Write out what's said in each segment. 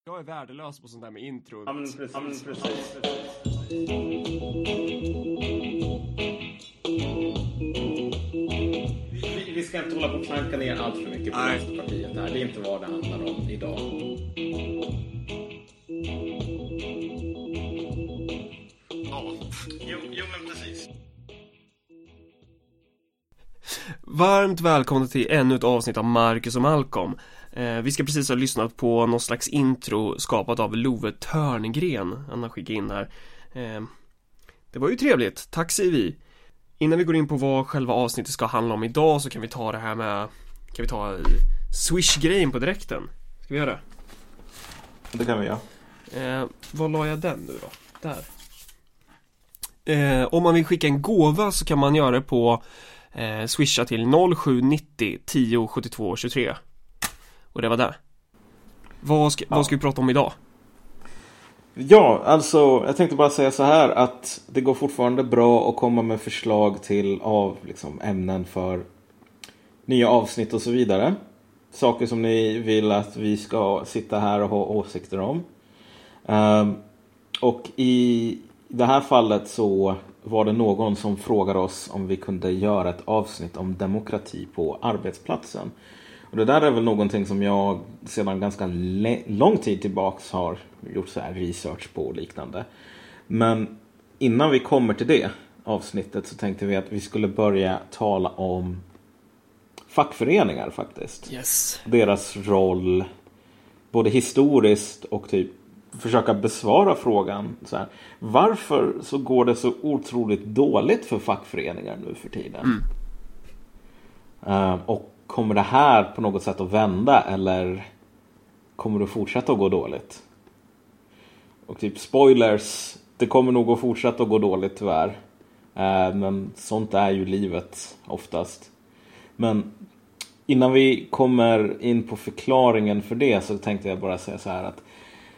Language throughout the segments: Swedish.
Jag är värdelös på sånt där med intro. Ja, men precis. Vi ska inte hålla på och knacka ner allt för mycket på Vänsterpartiet här. Det är inte vad det handlar om idag. Ja, jo men precis. Varmt välkomna till ännu ett avsnitt av Marcus och Malcolm. Vi ska precis ha lyssnat på någon slags intro skapat av Love Törngren. Han har skickat in här. Det var ju trevligt, tack säger vi. Innan vi går in på vad själva avsnittet ska handla om idag så kan vi ta det här med... Kan vi ta Swish-grejen på direkten? Ska vi göra det? Det kan vi göra. Vad la jag den nu då? Där. Om man vill skicka en gåva så kan man göra det på swisha till 0790 10 72 23. Och det var det. Vad ska vi prata om idag? Ja, alltså jag tänkte bara säga så här att det går fortfarande bra att komma med förslag till ämnen för nya avsnitt och så vidare. Saker som ni vill att vi ska sitta här och ha åsikter om. Och i det här fallet så var det någon som frågade oss om vi kunde göra ett avsnitt om demokrati på arbetsplatsen. Och det där är väl någonting som jag sedan ganska lång tid tillbaks har gjort så här research på och liknande. Men innan vi kommer till det avsnittet så tänkte vi att vi skulle börja tala om fackföreningar faktiskt. Yes. Deras roll både historiskt och typ försöka besvara frågan så här, varför så går det så otroligt dåligt för fackföreningar nu för tiden? Och kommer det här på något sätt att vända eller kommer det fortsätta att gå dåligt? Och typ spoilers, det kommer nog att fortsätta att gå dåligt tyvärr. Men sånt är ju livet oftast. Men innan vi kommer in på förklaringen för det så tänkte jag bara säga så här att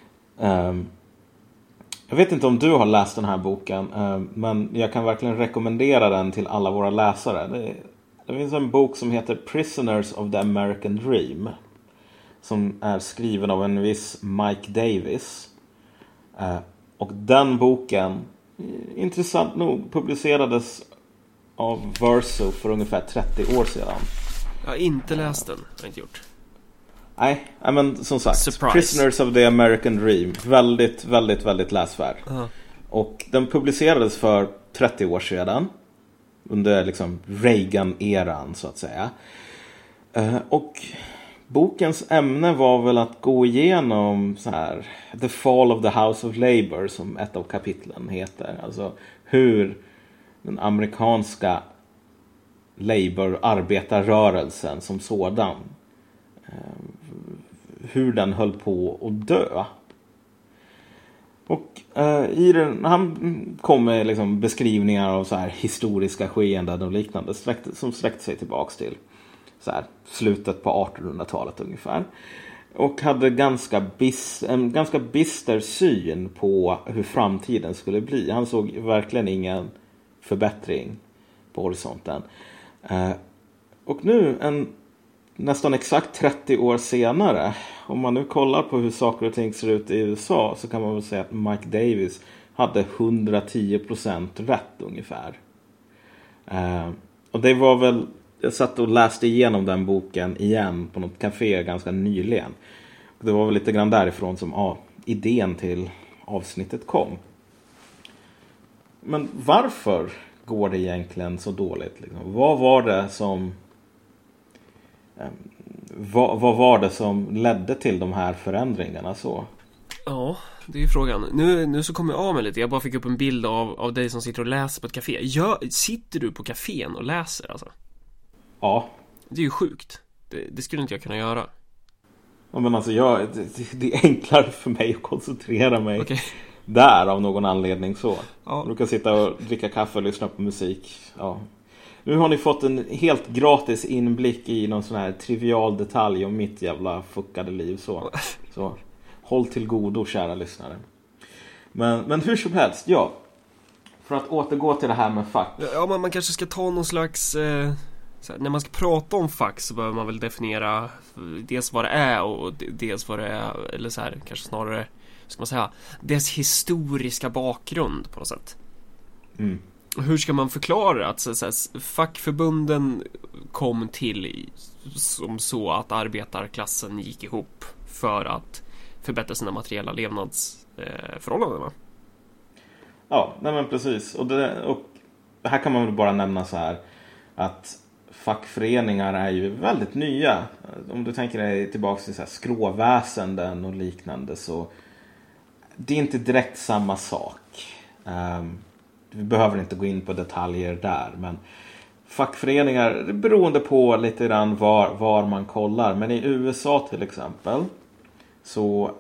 jag vet inte om du har läst den här boken, men jag kan verkligen rekommendera den till alla våra läsare. Det finns en bok som heter Prisoners of the American Dream som är skriven av en viss Mike Davis. Och den boken, intressant nog, publicerades av Verso för ungefär 30 år sedan. Jag har inte läst den, jag har inte gjort. Nej, men som sagt, Surprise. Prisoners of the American Dream. Väldigt, väldigt, väldigt läsvärd. Och den publicerades för 30 år sedan. Under Reagan-eran så att säga. Och bokens ämne var väl att gå igenom så här, The Fall of the House of Labor som ett av kapitlen heter. Alltså hur den amerikanska labor-arbetarrörelsen som sådan, hur den höll på att dö. Och i den, han kom med beskrivningar av så här historiska skeenden och liknande som sträckte sig tillbaks till så här, slutet på 1800-talet ungefär. Och hade en ganska bister syn på hur framtiden skulle bli. Han såg verkligen ingen förbättring på horisonten. Och nu nästan exakt 30 år senare, om man nu kollar på hur saker och ting ser ut i USA, så kan man väl säga att Mike Davis hade 110% rätt ungefär. Och det var väl, jag satt och läste igenom den boken igen på något café ganska nyligen. Det var väl lite grann därifrån som idén till avsnittet kom. Men varför går det egentligen så dåligt? Vad var det som... Vad var det som ledde till de här förändringarna så? Ja, det är ju frågan. Nu så kommer jag av mig lite. Jag bara fick upp en bild av dig som sitter och läser på ett café. Sitter du på cafén och läser alltså? Ja. Det är ju sjukt. Det skulle inte jag kunna göra. Ja, men alltså det är enklare för mig att koncentrera mig där av någon anledning så. Ja. Du kan sitta och dricka kaffe och lyssna på musik. Ja. Nu har ni fått en helt gratis inblick i någon sån här trivial detalj om mitt jävla fuckade liv så håll till godo, kära lyssnare. Men hur som helst, ja. För att återgå till det här med fack. Ja, man kanske ska ta någon slags så här, när man ska prata om fack så behöver man väl definiera dels vad det är och dels vad det är, eller så här, kanske snarare, ska man säga, dess historiska bakgrund på något sätt. Hur ska man förklara att så här, fackförbunden kom till som så att arbetarklassen gick ihop för att förbättra sina materiella levnadsförhållanden? Ja, nej men precis. Och här kan man väl bara nämna så här att fackföreningar är ju väldigt nya. Om du tänker dig tillbaka till så här skråväsenden och liknande, så det är inte direkt samma sak. Vi behöver inte gå in på detaljer där, men fackföreningar, beroende på lite grann var man kollar. Men i USA till exempel så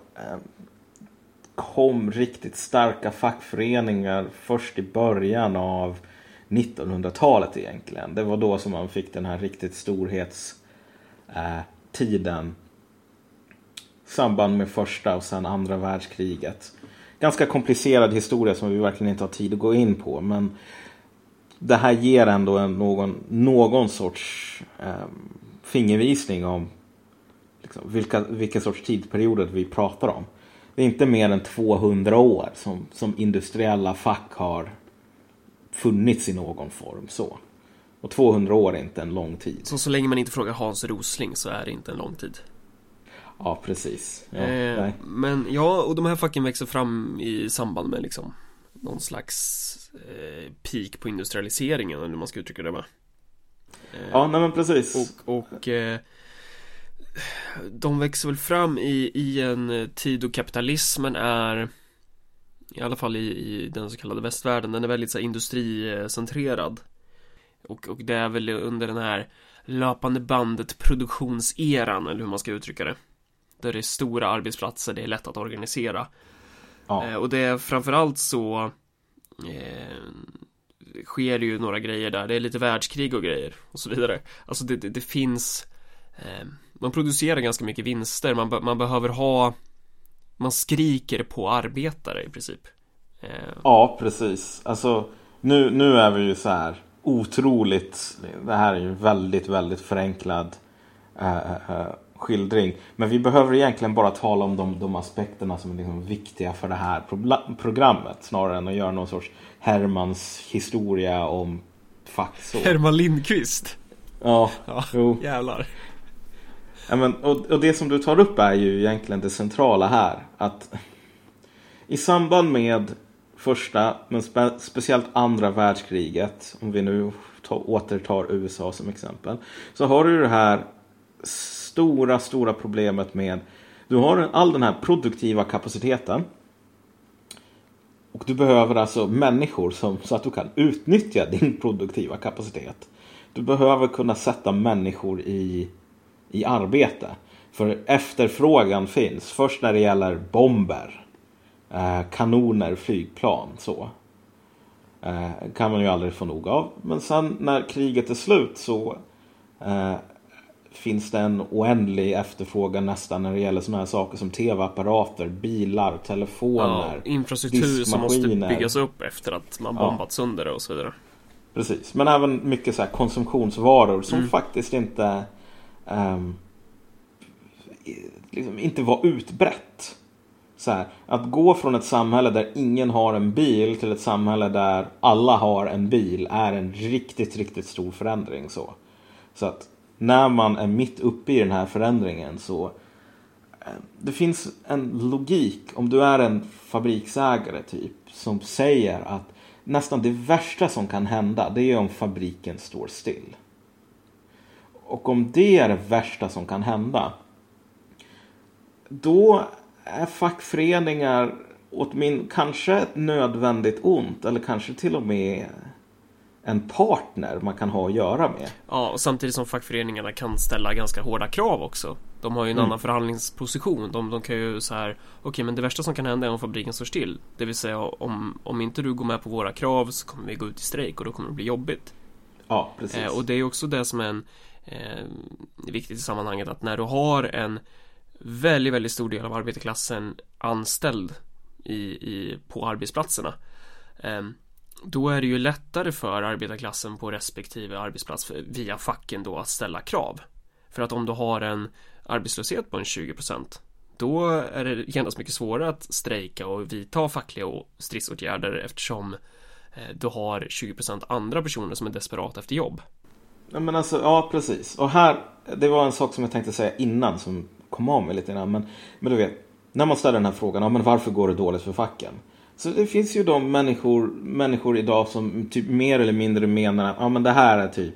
kom riktigt starka fackföreningar först i början av 1900-talet egentligen. Det var då som man fick den här riktigt storhetstiden i samband med första och sen andra världskriget. Ganska komplicerad historia som vi verkligen inte har tid att gå in på, men det här ger ändå någon sorts fingervisning om liksom, vilka sorts tidsperioder vi pratar om. Det är inte mer än 200 år som industriella fack har funnits i någon form så. Och 200 år är inte en lång tid. Så länge man inte frågar Hans Rosling så är det inte en lång tid. Ja, precis. Ja, men ja, och de här facken växer fram i samband med liksom någon slags peak på industrialiseringen, eller hur man ska uttrycka det med. Ja, nej men precis. Och de växer väl fram i en tid då kapitalismen är, i alla fall i den så kallade västvärlden, den är väldigt så här industricentrerad. Och det är väl under den här löpande bandet produktionseran, eller hur man ska uttrycka det. Där det är stora arbetsplatser, det är lätt att organisera. Ja. Och det är framförallt så sker det ju några grejer där. Det är lite världskrig och grejer och så vidare. Alltså det finns man producerar ganska mycket vinster. Man behöver ha, man skriker på arbetare i princip. Ja, precis. Alltså nu är vi ju så här otroligt, det här är ju väldigt, väldigt förenklad skildring. Men vi behöver egentligen bara tala om de aspekterna som är liksom viktiga för det här programmet, snarare än att göra någon sorts Hermans historia om fack. Herman Lindqvist. Ja, jo. Jävlar. Ja, men, och det som du tar upp är ju egentligen det centrala här. Att i samband med första, men speciellt andra världskriget, om vi nu återtar USA som exempel, så har du det här stora problemet med, du har all den här produktiva kapaciteten och du behöver alltså människor så att du kan utnyttja din produktiva kapacitet. Du behöver kunna sätta människor i arbete, för efterfrågan finns först när det gäller bomber, kanoner, flygplan, så kan man ju aldrig få nog av. Men sen när kriget är slut så finns det en oändlig efterfrågan nästan när det gäller såna här saker som tv-apparater, bilar, telefoner, infrastruktur som måste byggas upp efter att man bombat sönder det och så vidare. Precis, men även mycket så här konsumtionsvaror som faktiskt inte liksom inte var utbrett. Så här, att gå från ett samhälle där ingen har en bil till ett samhälle där alla har en bil är en riktigt stor förändring. Så att när man är mitt uppe i den här förändringen så det finns en logik, om du är en fabriksägare typ, som säger att nästan det värsta som kan hända, det är om fabriken står still. Och om det är det värsta som kan hända, då är fackföreningar kanske ett nödvändigt ont, eller kanske till och med en partner man kan ha att göra med. Ja, och samtidigt som fackföreningarna kan ställa ganska hårda krav också. De har ju en annan förhandlingsposition. De kan ju så här, okej, men det värsta som kan hända är om fabriken står still. Det vill säga, om inte du går med på våra krav så kommer vi gå ut i strejk och då kommer det bli jobbigt. Ja, precis. Och det är också det som är viktigt i sammanhanget, att när du har en väldigt stor del av arbetarklassen anställd på arbetsplatserna, då är det ju lättare för arbetarklassen på respektive arbetsplats via facken då att ställa krav. För att om du har en arbetslöshet på en 20%, då är det genast mycket svårare att strejka och vidta fackliga stridsåtgärder eftersom du har 20% andra personer som är desperata efter jobb. Ja, men alltså, ja, precis. Och här, det var en sak som jag tänkte säga innan som kom av mig lite innan. Men du vet, när man ställer den här frågan, ja, men varför går det dåligt för facken? Så det finns ju de människor idag som typ mer eller mindre menar att ja, men det här är typ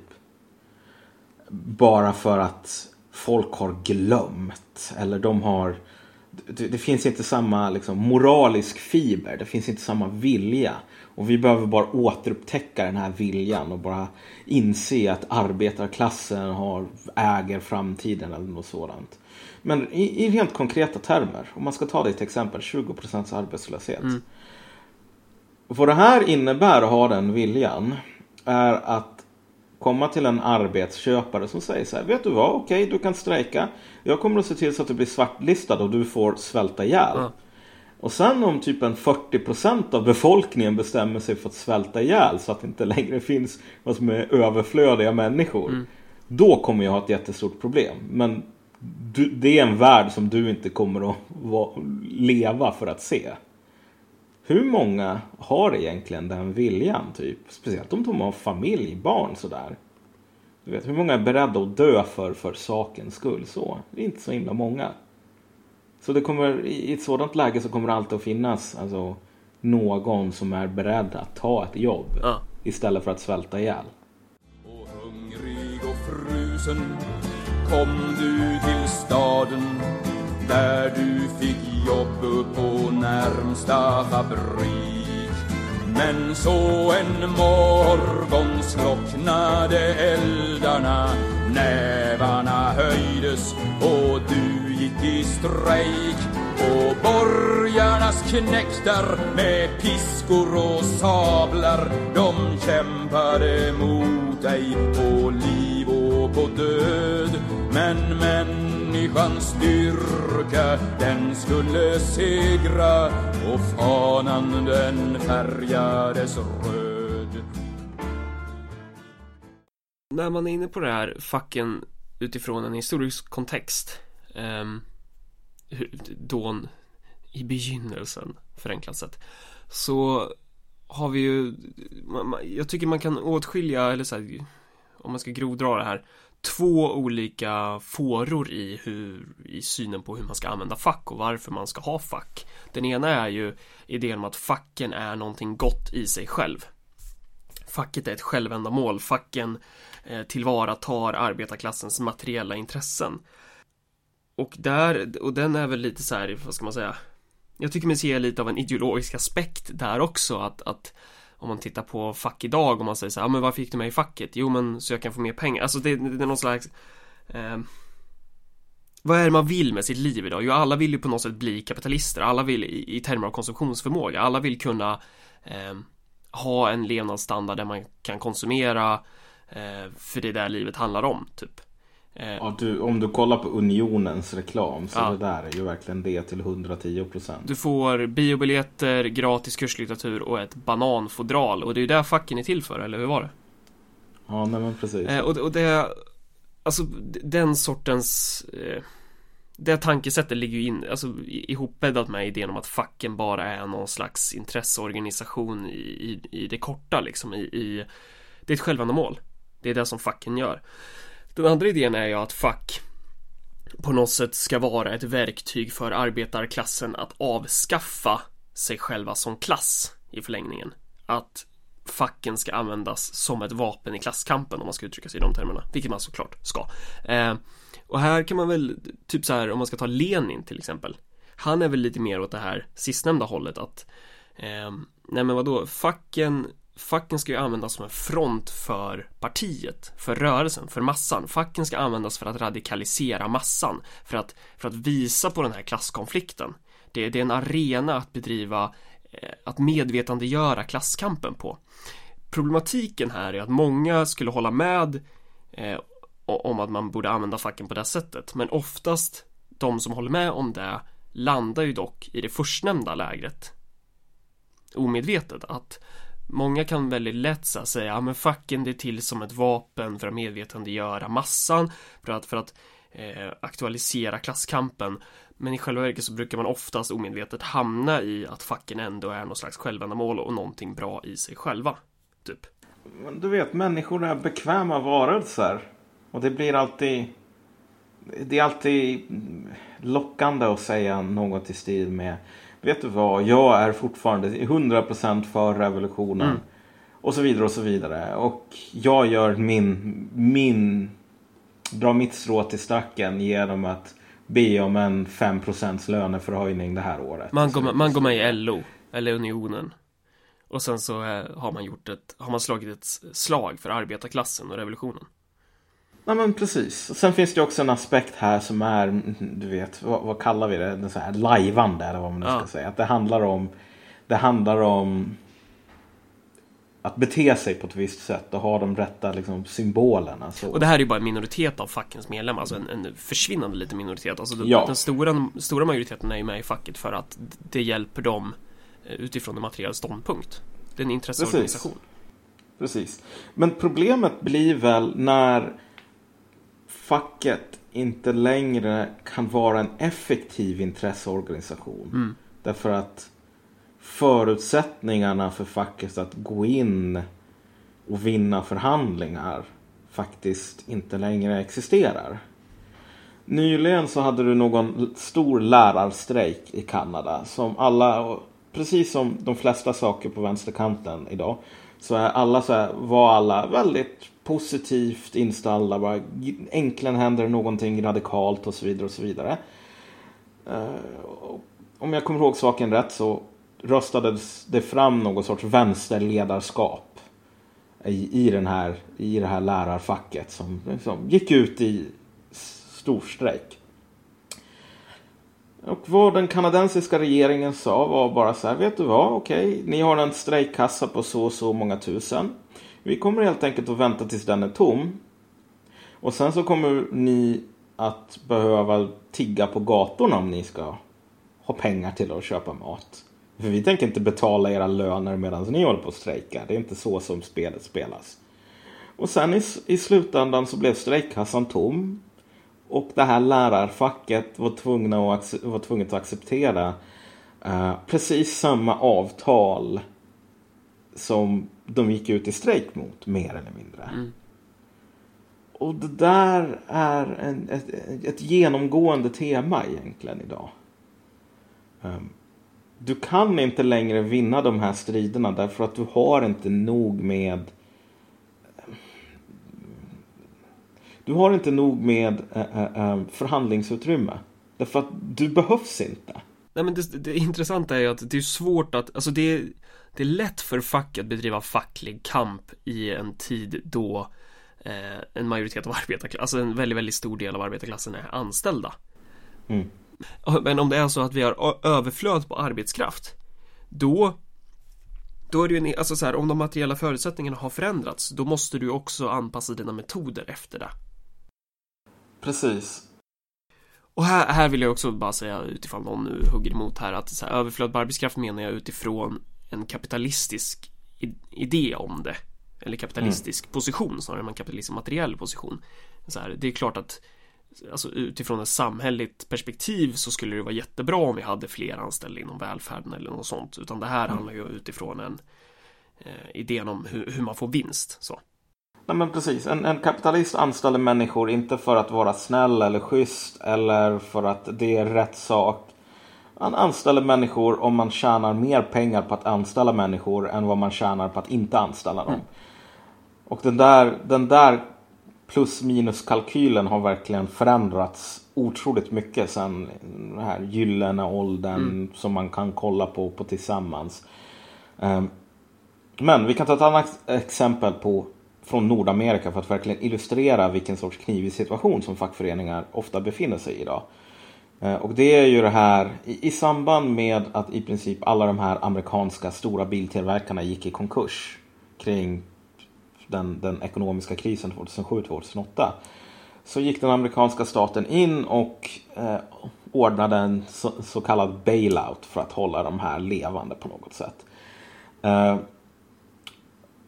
bara för att folk har glömt. Eller de har... Det finns inte samma liksom, moralisk fiber. Det finns inte samma vilja. Och vi behöver bara återupptäcka den här viljan. Och bara inse att arbetarklassen äger framtiden eller något sådant. Men i rent konkreta termer. Om man ska ta det till exempel 20% arbetslöshet. Vad det här innebär att ha den viljan är att komma till en arbetsköpare som säger så här: vet du vad, okej, du kan strejka. Jag kommer att se till så att du blir svartlistad och du får svälta ihjäl. Och sen om typ en 40% av befolkningen bestämmer sig för att svälta ihjäl så att det inte längre finns vad som är överflödiga människor. Då kommer jag ha ett jättestort problem. Men det är en värld som du inte kommer att leva för att se. Hur många har egentligen den viljan typ? Speciellt om de har familj, barn sådär. Du vet, hur många är beredda att dö för sakens skull? Så, det är inte så himla många. Så det kommer, i ett sådant läge så kommer det alltid att finnas alltså, någon som är beredd att ta ett jobb istället för att svälta ihjäl. Och hungrig och frusen kom du till staden där du fick jobb på närmsta fabrik. Men så en morgon slocknade eldarna, nävarna höjdes och du gick i strejk. Och borgarnas knektar med piskor och sablar, de kämpade mot dig på liv och på död. Men människans styrka, den skulle segra och fanan den färgades röd. När man är inne på det här facken utifrån en historisk kontext, då i begynnelsen förenklat sett, så har vi ju, jag tycker man kan åtskilja, eller så här, om man ska grovdra det här, två olika fåror i synen på hur man ska använda fack och varför man ska ha fack. Den ena är ju idén om att facken är någonting gott i sig själv. Facket är ett självändamål. Facken tillvaratar arbetarklassens materiella intressen. Och den är väl lite så här, vad ska man säga? Jag tycker man ser lite av en ideologisk aspekt där också, att om man tittar på fack idag och man säger så här, men varför gick du med i facket? Jo, men så jag kan få mer pengar. Alltså det är någon slags vad är det man vill med sitt liv idag? Jo, alla vill ju på något sätt bli kapitalister. Alla vill i termer av konsumtionsförmåga. Alla vill kunna ha en levnadsstandard där man kan konsumera, för det är där livet handlar om, typ. Ja, om du kollar på Unionens reklam så det där är ju verkligen det till 110%. Du får biobiljetter, gratis kurslitteratur och ett bananfodral. Och det är ju där facken är till för, eller hur var det? Ja, nej, men precis. Och det, alltså den sortens det tankesättet ligger ju in, alltså ihopbäddat med idén om att facken bara är någon slags intresseorganisation i det korta liksom, det är ett självändamål. Det är det som facken gör. Den andra idén är ju att fack på något sätt ska vara ett verktyg för arbetarklassen att avskaffa sig själva som klass i förlängningen. Att facken ska användas som ett vapen i klasskampen, om man ska uttrycka sig i de termerna, vilket man såklart ska. Och här kan man väl, typ så här, om man ska ta Lenin till exempel, han är väl lite mer åt det här sistnämnda hållet, att nej men vadå, facken ska ju användas som en front för partiet, för rörelsen, för massan. Facken ska användas för att radikalisera massan, för att visa på den här klasskonflikten. Det är en arena att bedriva, att medvetandegöra klasskampen på. Problematiken här är att många skulle hålla med om att man borde använda facken på det sättet, men oftast de som håller med om det landar ju dock i det förstnämnda lägret omedvetet, att Många kan väldigt lätt säga, ja men facken det är till som ett vapen för att medvetandegöra massan, för att aktualisera klasskampen. Men i själva verket så brukar man oftast omedvetet hamna i att facken ändå är någon slags självändamål och någonting bra i sig själva, typ. Men du vet, människor är bekväma varelser. Och det är alltid lockande att säga något i stil med, vet du vad, jag är fortfarande 100% för revolutionen. Och så vidare och så vidare. Och jag gör drar mitt strå till stacken genom att be om en 5% löneförhöjning det här året. Man går med i LO eller Unionen. Och sen så har man slagit ett slag för arbetarklassen och revolutionen. Ja men precis. Och sen finns det också en aspekt här som är, du vet, vad kallar vi det? Den så här lajvande eller vad man nu ska säga. Att det handlar om att bete sig på ett visst sätt och ha de rätta liksom, symbolerna. Så. Och det här är ju bara en minoritet av fackens medlemmar, alltså en försvinnande liten minoritet. Alltså den stora majoriteten är ju med i facket för att det hjälper dem utifrån en materiell ståndpunkt. Det är en intresseorganisation. Precis. Men problemet blir väl när facket inte längre kan vara en effektiv intresseorganisation. Därför att förutsättningarna för facket att gå in och vinna förhandlingar faktiskt inte längre existerar. Nyligen så hade du någon stor lärarstrejk i Kanada som alla, precis som de flesta saker på vänsterkanten idag, var alla väldigt positivt inställda. Bara äntligen händer någonting radikalt och så vidare och så vidare. Om jag kommer ihåg saken rätt så röstades det fram någon sorts vänsterledarskap i det här lärarfacket som gick ut i storstrejk. Och vad den kanadensiska regeringen sa var bara så här, vet du vad, okej, ni har en strejkkassa på så och så många tusen. Vi kommer helt enkelt att vänta tills den är tom. Och sen så kommer ni att behöva tigga på gatorna om ni ska ha pengar till att köpa mat. För vi tänker inte betala era löner medan ni håller på att strejka. Det är inte så som spelet spelas. Och sen i slutändan så blev strejkkassan tom. Och det här lärarfacket var tvunget att acceptera precis samma avtal som de gick ut i strejk mot, mer eller mindre. Och det där är ett genomgående tema egentligen idag. Du kan inte längre vinna de här striderna därför att du har inte nog med förhandlingsutrymme. Därför att du behövs inte. Nej, men det intressanta är ju att det är svårt att, alltså det är lätt för facket att bedriva facklig kamp i en tid då en majoritet av arbetarklassen, alltså en väldigt, väldigt stor del av arbetarklassen är anställda. Men om det är så att vi har överflöd på arbetskraft, då är det ju alltså så här, om de materiella förutsättningarna har förändrats, då måste du också anpassa dina metoder efter det. Precis. Och här vill jag också bara säga, utifrån någon nu hugger emot här, att så här, överflöd på arbetskraft menar jag utifrån en kapitalistisk idé om det, eller kapitalistisk position snarare än en kapitalistisk materiell position. Så här, det är klart att alltså, utifrån ett samhälleligt perspektiv så skulle det vara jättebra om vi hade fler anställda inom välfärden eller något sånt, utan det här handlar ju utifrån en idén om hur man får vinst så. Nej men precis, en kapitalist anställer människor inte för att vara snäll eller schysst eller för att det är rätt sak. Man anställer människor om man tjänar mer pengar på att anställa människor än vad man tjänar på att inte anställa dem. Och den där plus minus kalkylen har verkligen förändrats otroligt mycket sedan den här gyllene åldern som man kan kolla på tillsammans. Men vi kan ta ett annat exempel från Nordamerika för att verkligen illustrera vilken sorts knivig situation som fackföreningar ofta befinner sig i idag. Och det är ju det här i samband med att i princip alla de här amerikanska stora biltillverkarna gick i konkurs kring den ekonomiska krisen 2007-2008, så gick den amerikanska staten in och ordnade en så kallad bailout för att hålla de här levande på något sätt.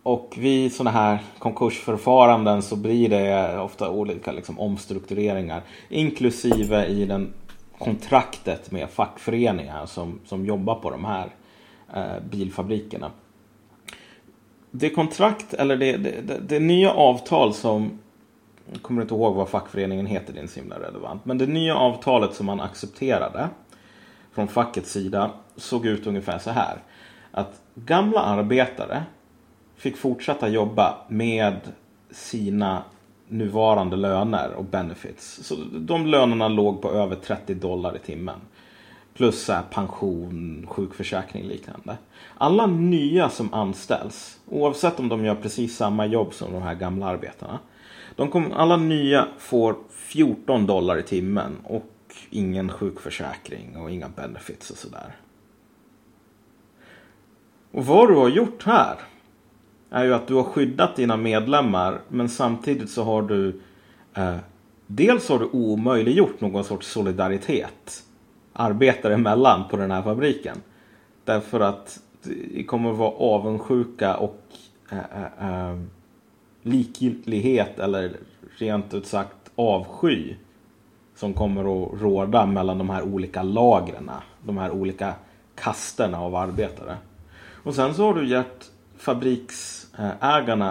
Och vid sådana här konkursförfaranden så blir det ofta olika liksom omstruktureringar. Inklusive i den kontraktet med fackföreningar som jobbar på de här bilfabrikerna. Det kontrakt eller det nya avtal som, jag kommer inte ihåg vad fackföreningen heter, det är inte så himla relevant. Men det nya avtalet som man accepterade från fackets sida såg ut ungefär så här. Att gamla arbetare fick fortsätta jobba med sina nuvarande löner och benefits. Så de lönerna låg på över $30 i timmen. Plus så här, pension, sjukförsäkring liknande. Alla nya som anställs, oavsett om de gör precis samma jobb som de här gamla arbetarna. Alla nya får $14 i timmen och ingen sjukförsäkring och inga benefits och sådär. Och vad du har gjort här är ju att du har skyddat dina medlemmar, men samtidigt så har du dels har du omöjliggjort någon sorts solidaritet arbetare emellan på den här fabriken. Därför att det kommer att vara avundsjuka och likgiltighet eller rent ut sagt avsky som kommer att råda mellan de här olika lagren, de här olika kasterna av arbetare. Och sen så har du gett fabriksägarna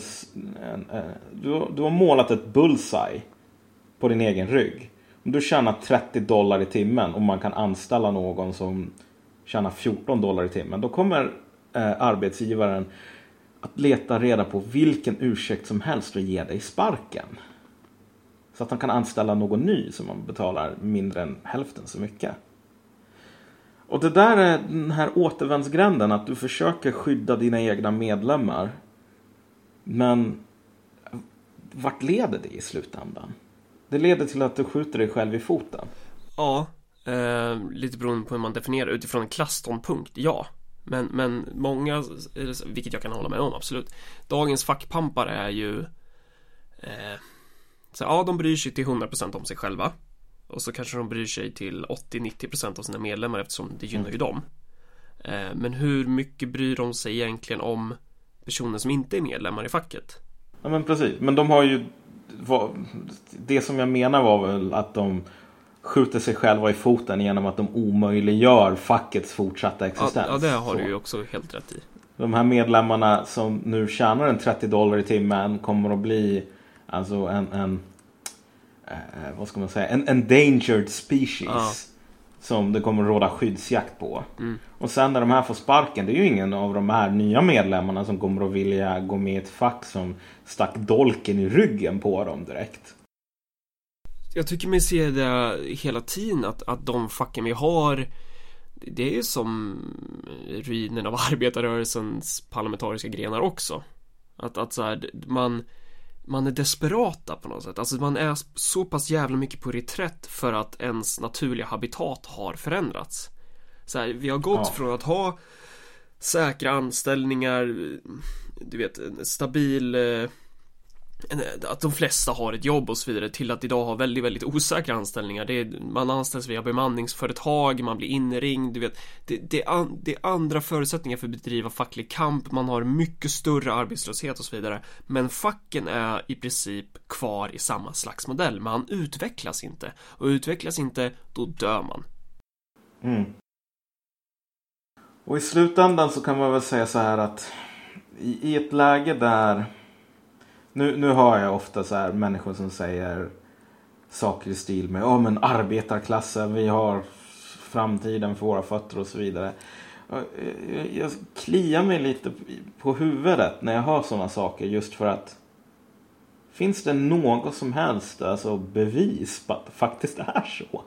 du har målat ett bullseye på din egen rygg. Om du tjänar $30 i timmen och man kan anställa någon som tjänar $14 i timmen, då kommer arbetsgivaren att leta reda på vilken ursäkt som helst och ge dig sparken. Så att han kan anställa någon ny som man betalar mindre än hälften så mycket. Och det där är den här återvändsgränden, att du försöker skydda dina egna medlemmar. Men vart leder det i slutändan? Det leder till att du skjuter dig själv i foten. Ja, lite beroende på hur man definierar utifrån en klassståndpunkt, ja. Men många, vilket jag kan hålla med om, absolut. Dagens fackpampar är ju så ja, de bryr sig till 100% om sig själva. Och så kanske de bryr sig till 80-90% av sina medlemmar, eftersom det gynnar ju dem. Men hur mycket bryr de sig egentligen om personer som inte är medlemmar i facket? Ja, men precis. Men de har ju det som jag menar var väl att de skjuter sig själva i foten genom att de omöjliggör fackets fortsatta existens. Ja, det har du ju också helt rätt i. De här medlemmarna som nu tjänar en $30 i timmen kommer att bli alltså en vad ska man säga, en endangered species som det kommer att råda skyddsjakt på. Och sen när de här får sparken, det är ju ingen av de här nya medlemmarna som kommer att vilja gå med i ett fack som stack dolken i ryggen på dem direkt. Jag tycker man ser det hela tiden att de facken vi har, det är ju som ruinen av arbetarrörelsens parlamentariska grenar också. Att så här, man är desperata på något sätt. Alltså man är så pass jävla mycket på reträtt för att ens naturliga habitat har förändrats. Så här, vi har gått från att ha säkra anställningar, du vet, en stabil, att de flesta har ett jobb och så vidare, till att idag ha väldigt, väldigt osäkra anställningar. Man anställs via bemanningsföretag, man blir inringd, du vet. Det är andra förutsättningar för att bedriva facklig kamp, man har mycket större arbetslöshet och så vidare. Men facken är i princip kvar i samma slags modell. Man utvecklas inte. Och utvecklas inte, då dör man. Och i slutändan så kan man väl säga så här att i ett läge där nu hör jag ofta så här människor som säger saker i stil med men arbetarklassen, vi har framtiden för våra fötter och så vidare. Jag kliar mig lite på huvudet när jag hör sådana saker, just för att finns det något som helst alltså bevis på att det faktiskt är så?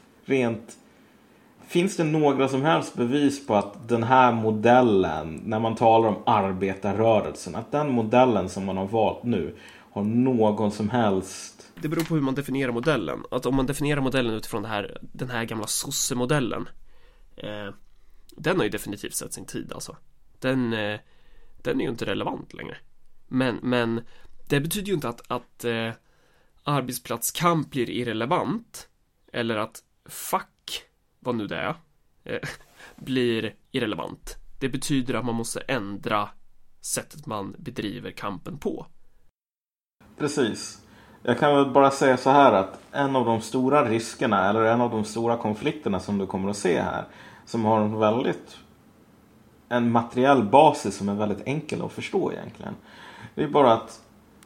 Finns det några som helst bevis på att den här modellen, när man talar om arbetarrörelsen, att den modellen som man har valt nu har någon som helst... Det beror på hur man definierar modellen. Att om man definierar modellen utifrån den här gamla sosse-modellen, den har ju definitivt sett sin tid alltså. Den är ju inte relevant längre. Men det betyder ju inte att arbetsplatskamp blir irrelevant, eller att fack, vad nu det är, blir irrelevant. Det betyder att man måste ändra sättet man bedriver kampen på. Precis. Jag kan väl bara säga så här att en av de stora riskerna eller en av de stora konflikterna som du kommer att se här, som har en materiell basis som är väldigt enkel att förstå egentligen. Det är bara att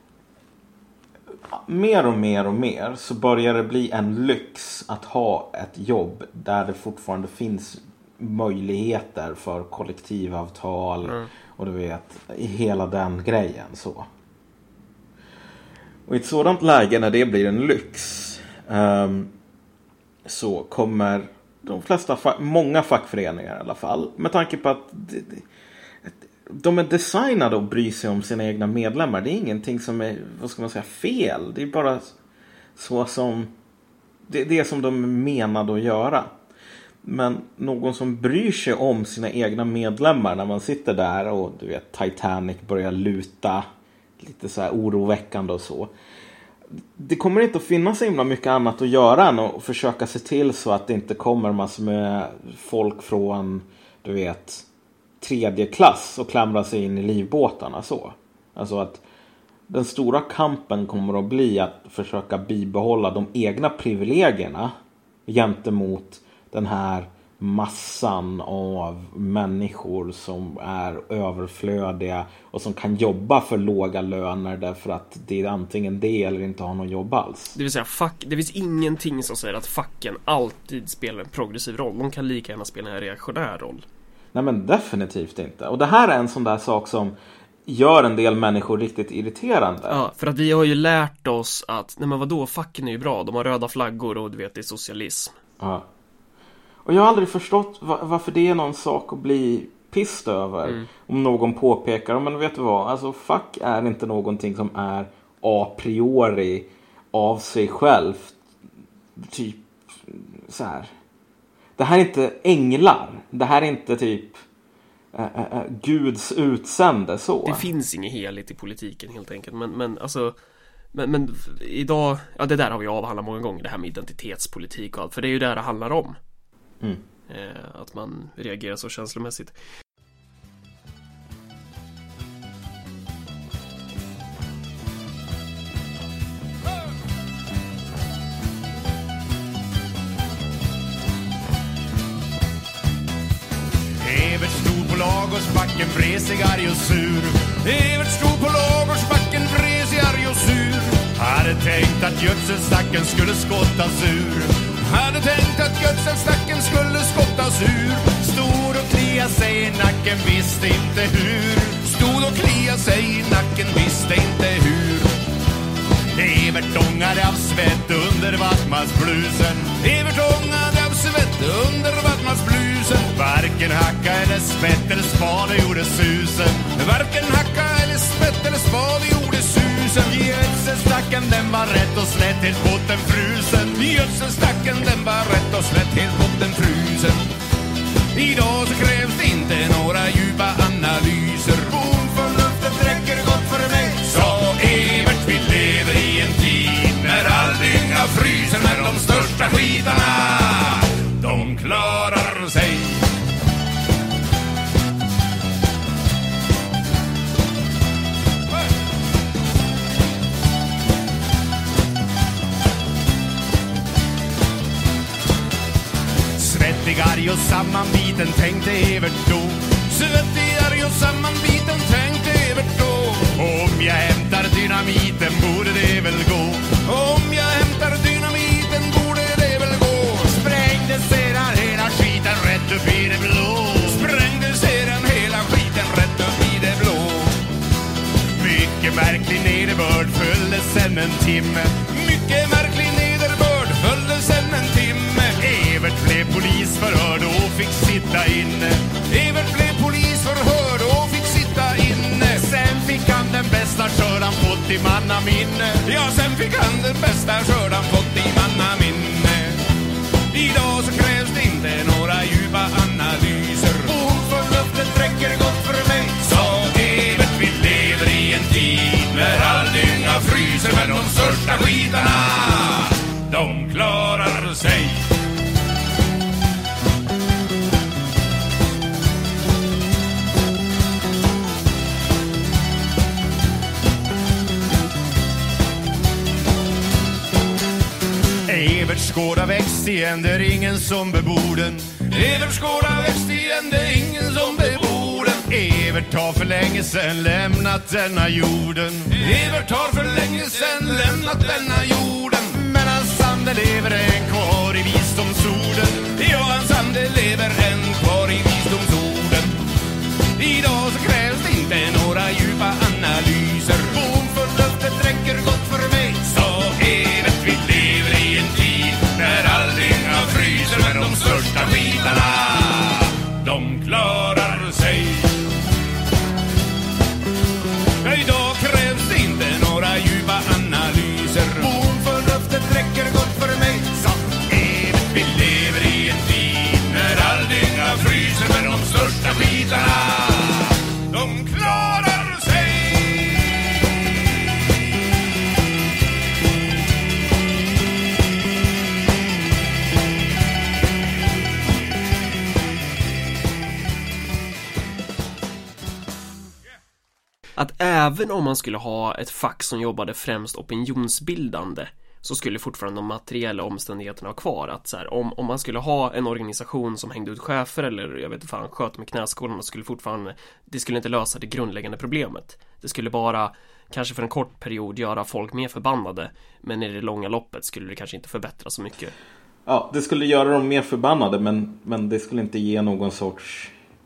mer och mer så börjar det bli en lyx att ha ett jobb där det fortfarande finns möjligheter för kollektivavtal och du vet, i hela den grejen så. Och i ett sådant läge när det blir en lyx så kommer de flesta, många fackföreningar i alla fall, med tanke på att de är designade att bry sig om sina egna medlemmar. Det är ingenting som är, vad ska man säga, fel. Det är bara så som det är som de är menade att göra. Men någon som bryr sig om sina egna medlemmar när man sitter där och du vet, Titanic börjar luta lite så här oroväckande och så. Det kommer inte att finnas så himla mycket annat att göra än att försöka se till så att det inte kommer massor med folk från, du vet, 3:e klass och klamrar sig in i livbåtarna så. Alltså att den stora kampen kommer att bli att försöka bibehålla de egna privilegierna gentemot den här massan av människor som är överflödiga och som kan jobba för låga löner därför att det är antingen det eller inte har någon jobb alls. Det vill säga, det finns ingenting som säger att facken alltid spelar en progressiv roll. De kan lika gärna spela en reaktionär roll. Nej, men definitivt inte. Och det här är en sån där sak som gör en del människor riktigt irriterande. Ja, för att vi har ju lärt oss att, nej men vadå, facken är ju bra. De har röda flaggor och du vet, det är socialism. Ja. Och jag har aldrig förstått varför det är någon sak att bli pissed över. Om någon påpekar, men vet du vad, alltså fack är inte någonting som är a priori av sig själv. Typ så här. Det här är inte änglar. Det här är inte typ Guds utsände så. Det finns inget heligt i politiken helt enkelt. Men alltså men idag, ja, det där har vi avhandlat många gånger, det här med identitetspolitik och allt. För det är ju det handlar om. Att man reagerar så känslomässigt. Evert stod på Lagårdsbacken, vresig, arg och sur. Evert stod på Lagårdsbacken, vresig, arg och sur. Hade tänkt att gödselstacken skulle skottas ur. Hade tänkt att gödselstacken skulle skottas ur. Stod och klia sig i nacken, visste inte hur. Stod och klia sig i nacken, visste inte hur. Evert ångade av svett under vattmarsblusen. Evert ångade av svett under vattmarsblusen. Varken hacka eller spett eller spade gjorde susen. Varken hacka eller spett eller spade gjorde susen. Gödselstacken den var rätt och slätt helt bottenfrusen. Gödselstacken den var rätt och slätt helt bottenfrusen. Idag så krävs det inte några djupa analyser. Bondförnuftet räcker gott för mig, sa Evert. Vi lever i en tid när all dynga fryser, men de största skitarna, de klarar sig. Svettig, arg och sammanbiten tänkte Evert då. Svettig, arg och sammanbiten tänkte Evert då. Om jag hämtar dynamiten borde det väl gå. Om jag hämtar dynamiten borde det väl gå. Sprängde sedan hela skiten rätt upp i det blå. Sprängde sedan hela skiten rätt upp i det blå. Mycket märklig nederbörd följde sen en timme. Mycket märklig nederbörd följde sen en timme. Evert blev polisförhörd och fick sitta inne. Evert blev polisförhörd och fick sitta inne. Sen fick han den bästa skörd han fått i mannaminne. Ja, sen fick han den bästa skörd han fått i mannaminne. Idag så krävs det inte några djupa analyser. Bondförnuftet räcker gott för mig, sa Evert. Vi lever i en tid när all dynga fryser, men de största skitarna, de klarar sig. Evertsgårda växt igen, det är ingen som bebor den. Evertsgårda växt igen, det är ingen som bebor den. Evert har för länge sedan lämnat denna jorden. Evert har för länge sedan lämnat denna jorden. Men hans ande lever än kvar i visdomsorden. Ja, hans ande lever än kvar i visdomsorden. Idag så krävs det inte några djupa analyser. Bondförnuftet räcker gott för mig. Så Evert, vi lever i en tid när allting fryser. Men de största skitarna, de klarar sig. Idag krävs det inte några djupa analyser. Bondförnuftet räcker gott för mig. Så Evert, vi lever i en tid när allting fryser. Men de största skitarna, de klarar sig. Att även om man skulle ha ett fack som jobbade främst opinionsbildande, så skulle fortfarande de materiella omständigheterna ha kvar. Att så här, om man skulle ha en organisation som hängde ut chefer, eller jag vet inte fan, sköt med knäskålarna, skulle fortfarande, det skulle inte lösa det grundläggande problemet. Det skulle bara, kanske för en kort period, göra folk mer förbannade. Men i det långa loppet skulle det kanske inte förbättra så mycket. Ja, det skulle göra dem mer förbannade, men det skulle inte ge någon sorts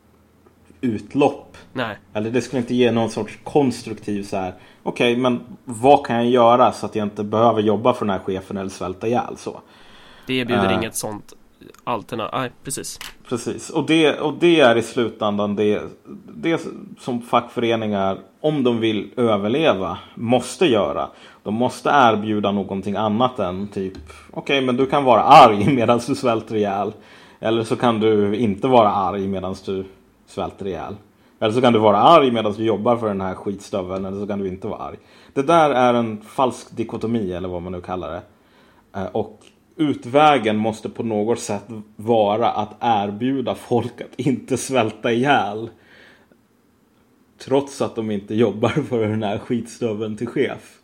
utlopp. Nej. Eller det skulle inte ge någon sorts konstruktiv så här. Okej, men vad kan jag göra så att jag inte behöver jobba för den här chefen eller svälta ihjäl så? Det erbjuder inget sånt alternativ. Nej, precis. Precis. Och det är i slutändan det som fackföreningar, om de vill överleva, måste göra. De måste erbjuda någonting annat än typ, okej, men du kan vara arg medan du svälter ihjäl. Eller så kan du inte vara arg medan du svälter ihjäl. Eller så kan du vara arg medan du jobbar för den här skitstöveln. Eller så kan du inte vara arg. Det där är en falsk dikotomi, eller vad man nu kallar det. Och utvägen måste på något sätt vara att erbjuda folk att inte svälta ihjäl. Trots att de inte jobbar för den här skitstöveln till chef.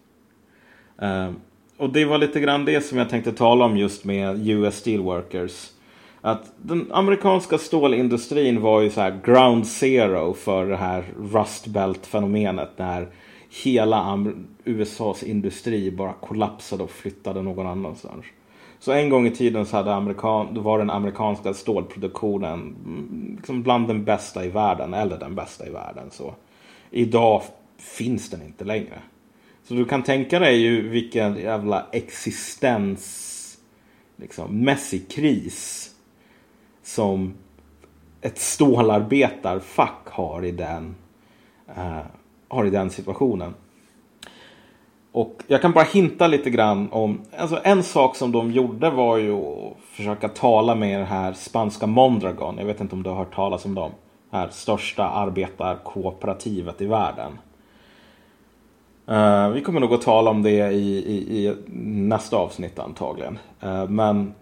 Och det var lite grann det som jag tänkte tala om just med US Steelworkers. Att den amerikanska stålindustrin var ju så här ground zero för det här Rust Belt-fenomenet, när hela USAs industri bara kollapsade och flyttade någon annanstans. Så en gång i tiden så var den amerikanska stålproduktionen liksom bland den bästa i världen, eller den bästa i världen. Så idag finns den inte längre. Så du kan tänka dig ju vilken jävla mässig kris som ett stålarbetarfack har i den situationen. Och jag kan bara hinta lite grann om, alltså en sak som de gjorde var ju att försöka tala med det här spanska Mondragon. Jag vet inte om du har hört talas om dem. Det här största arbetarkooperativet i världen. Vi kommer nog att tala om det i nästa avsnitt antagligen. Men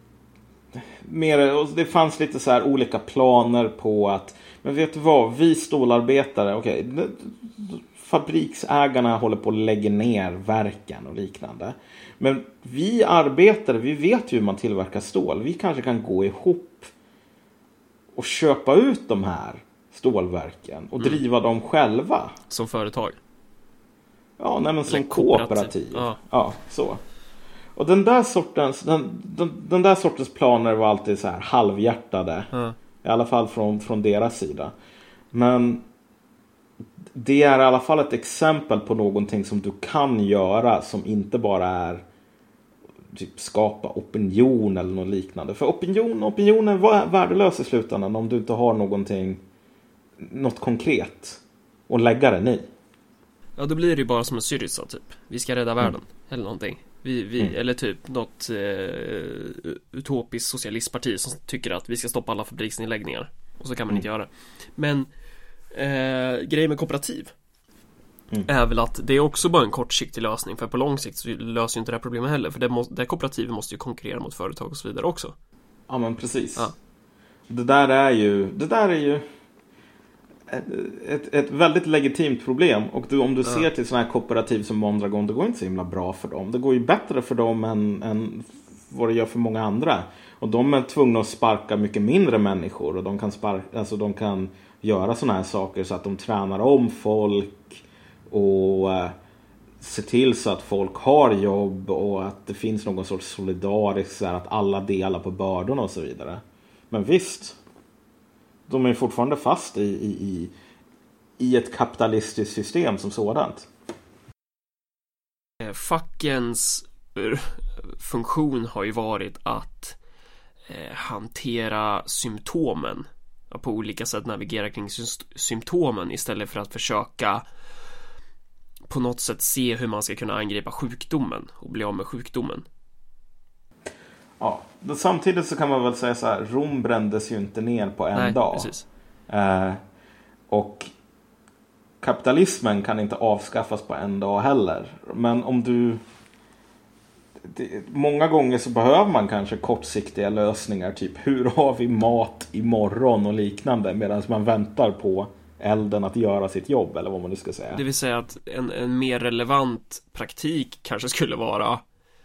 det fanns lite så här olika planer på att, men vet du vad, vi stålarbetare, fabriksägarna håller på att lägga ner verken och liknande. Men vi arbetare, vi vet ju hur man tillverkar stål. Vi kanske kan gå ihop och köpa ut de här stålverken och driva dem själva. Som företag? Ja, nej, men som kooperativ. Ja, så. Och den där sortens planer var alltid så här halvhjärtade. I alla fall från deras sida. Men det är i alla fall ett exempel på någonting som du kan göra, som inte bara är typ skapa opinion eller något liknande. För opinionen är värdelös i slutändan om du inte har något konkret att lägga den i. Ja, då blir det ju bara som en Syriza typ. Vi ska rädda världen eller någonting. Eller typ något utopiskt socialistparti som tycker att vi ska stoppa alla fabriksnedläggningar. Och så kan man inte göra. Men grejen med kooperativ är väl att det är också bara en kortsiktig lösning. För på lång sikt så löser ju inte det här problemet heller. För det kooperativet måste ju konkurrera mot företag och så vidare också. Ja, men precis. Ja. Det där är ju ett väldigt legitimt problem. Och om du ser till sådana här kooperativ som Mondragon, det går inte så himla bra för dem. Det går ju bättre för dem än vad det gör för många andra. Och de är tvungna att sparka mycket mindre människor. Och de kan göra såna här saker så att de tränar om folk och se till så att folk har jobb och att det finns någon sorts solidarisk så här, att alla delar på bördorna och så vidare. Men visst, de är fortfarande fast i ett kapitalistiskt system som sådant. Fackens funktion har ju varit att hantera symptomen, på olika sätt navigera kring symptomen istället för att försöka på något sätt se hur man ska kunna angripa sjukdomen och bli av med sjukdomen. Ja, samtidigt så kan man väl säga så här, Rom brändes ju inte ner på en dag. Precis. Och kapitalismen kan inte avskaffas på en dag heller. Men om många gånger så behöver man kanske kortsiktiga lösningar, typ hur har vi mat imorgon och liknande, medan man väntar på elden att göra sitt jobb, eller vad man nu ska säga. Det vill säga att en mer relevant praktik kanske skulle vara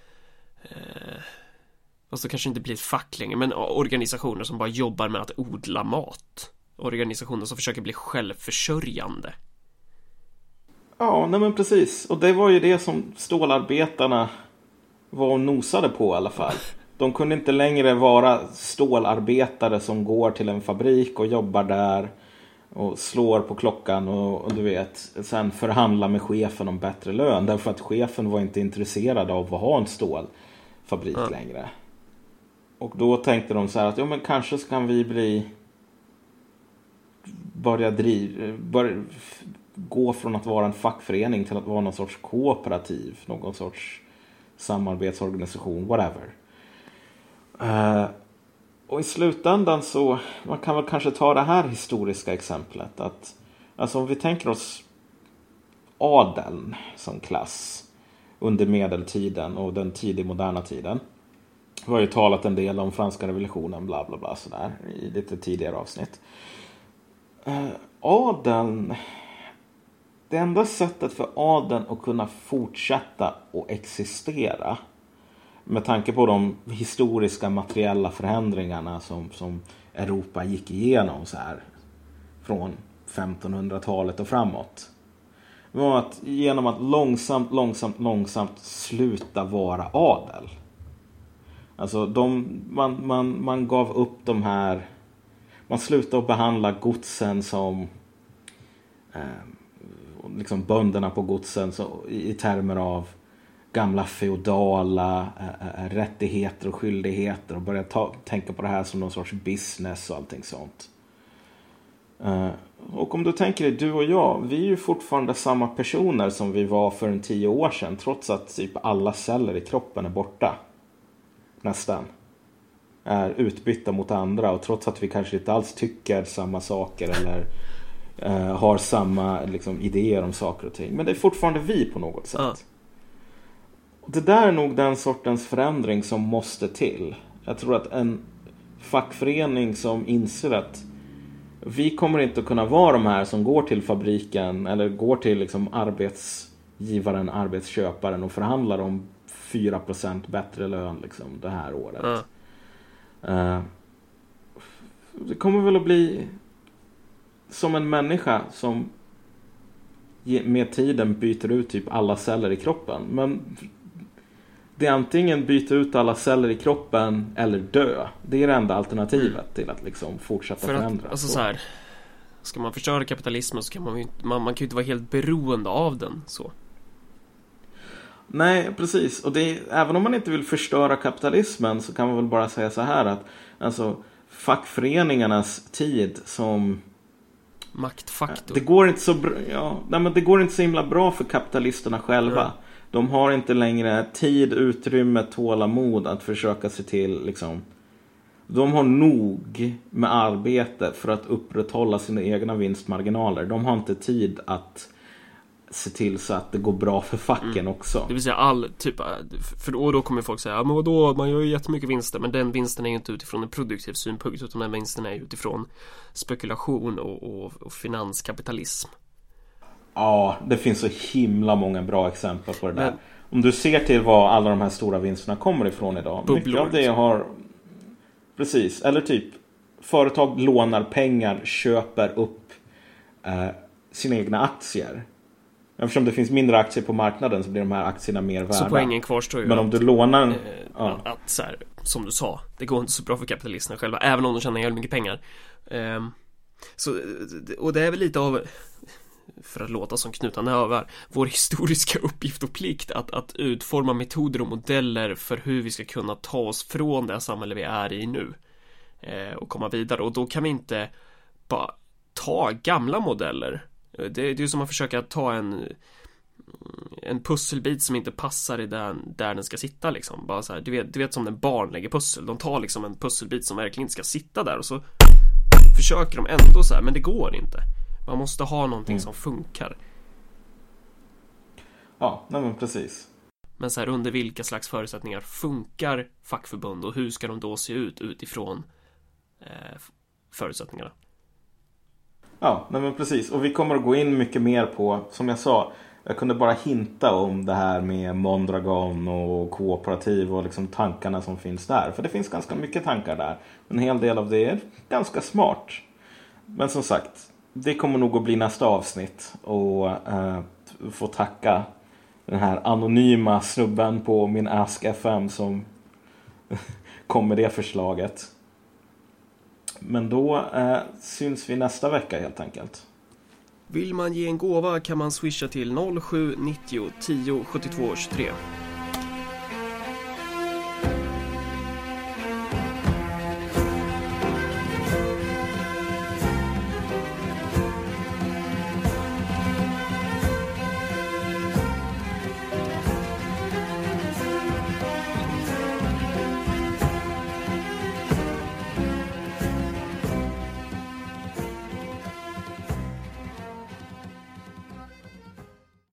fast det kanske inte blir ett fack längre, men organisationer som bara jobbar med att odla mat. Organisationer som försöker bli självförsörjande. Ja, nej men precis. Och det var ju det som stålarbetarna var och nosade på i alla fall. De kunde inte längre vara stålarbetare som går till en fabrik och jobbar där och slår på klockan och du vet, sen förhandla med chefen om bättre lön, därför att chefen var inte intresserad av att ha en stålfabrik längre. Och då tänkte de så här att men kanske kan vi börja gå från att vara en fackförening till att vara någon sorts kooperativ, någon sorts samarbetsorganisation, whatever. Och i slutändan så man kan väl kanske ta det här historiska exemplet att alltså om vi tänker oss adeln som klass under medeltiden och den tidig moderna tiden. Vi har ju talat en del om franska revolutionen, bla bla bla sådär i lite tidigare avsnitt. Adeln, det enda sättet för adeln att kunna fortsätta och existera med tanke på de historiska materiella förändringarna som Europa gick igenom så här från 1500-talet och framåt, var att genom att långsamt sluta vara adel. Alltså man gav upp de här, man slutade att behandla godsen som liksom bönderna på godsen så, i termer av gamla feodala rättigheter och skyldigheter och började tänka på det här som någon sorts business och allting sånt. Och om du tänker dig, du och jag, vi är ju fortfarande samma personer som vi var för 10 år sedan, trots att typ alla celler i kroppen är borta. Nästan. Är utbytta mot andra, och trots att vi kanske inte alls tycker samma saker eller har samma liksom, idéer om saker och ting. Men det är fortfarande vi på något sätt. Det där är nog den sortens förändring som måste till. Jag tror att en fackförening som inser att vi kommer inte att kunna vara de här som går till fabriken eller går till liksom arbetsgivaren, arbetsköparen och förhandlar om 4% bättre lön liksom det här året. Det kommer väl att bli som en människa som med tiden byter ut typ alla celler i kroppen. Men det är antingen byta ut alla celler i kroppen eller dö. Det är det enda alternativet till att liksom fortsätta förändra. Alltså så här, ska man förstöra kapitalismen så kan man kan ju inte vara helt beroende av den så. Nej, precis. Och även om man inte vill förstöra kapitalismen så kan man väl bara säga så här att alltså fackföreningarnas tid som maktfaktor. Det går inte så det går inte så himla bra för kapitalisterna själva. De har inte längre tid, utrymme, tålamod att försöka se till liksom. De har nog med arbete för att upprätthålla sina egna vinstmarginaler. De har inte tid att se till så att det går bra för facken också. Det vill säga för då kommer folk säga men vadå, man gör ju jättemycket vinster, men den vinsten är ju inte utifrån en produktiv synpunkt, utan den vinsten är utifrån spekulation och finanskapitalism. Ja, det finns så himla många bra exempel på det där. om du ser till var alla de här stora vinsterna kommer ifrån idag. Bubblor, mycket av det har... Precis, eller typ företag lånar pengar, köper upp sina egna aktier. Eftersom det finns mindre aktier på marknaden så blir de här aktierna mer värda. Så poängen kvarstår ju. Men om du lånar... Att så här, som du sa, det går inte så bra för kapitalisterna själva, även om de tjänar jävligt mycket pengar. Så, och det är väl lite av, för att låta som knutarna över, vår historiska uppgift och plikt att utforma metoder och modeller för hur vi ska kunna ta oss från det samhälle vi är i nu och komma vidare. Och då kan vi inte bara ta gamla modeller. Det är ju som att försöka ta en pusselbit som inte passar i där den ska sitta liksom. Bara så här, du vet som när barn lägger pussel. De tar liksom en pusselbit som verkligen inte ska sitta där och så försöker de ändå så här, men det går inte. Man måste ha någonting som funkar. Ja, nej men precis. Men så här, under vilka slags förutsättningar funkar fackförbund och hur ska de då se ut utifrån förutsättningarna? Ja, nej men precis. Och vi kommer att gå in mycket mer på, som jag sa, jag kunde bara hinta om det här med Mondragon och kooperativ och liksom tankarna som finns där. För det finns ganska mycket tankar där. En hel del av det är ganska smart. Men som sagt, det kommer nog att bli nästa avsnitt. Och få tacka den här anonyma snubben på min Ask FM som kom med det förslaget. Men då syns vi nästa vecka helt enkelt. Vill man ge en gåva kan man swisha till 0790 10 72 23.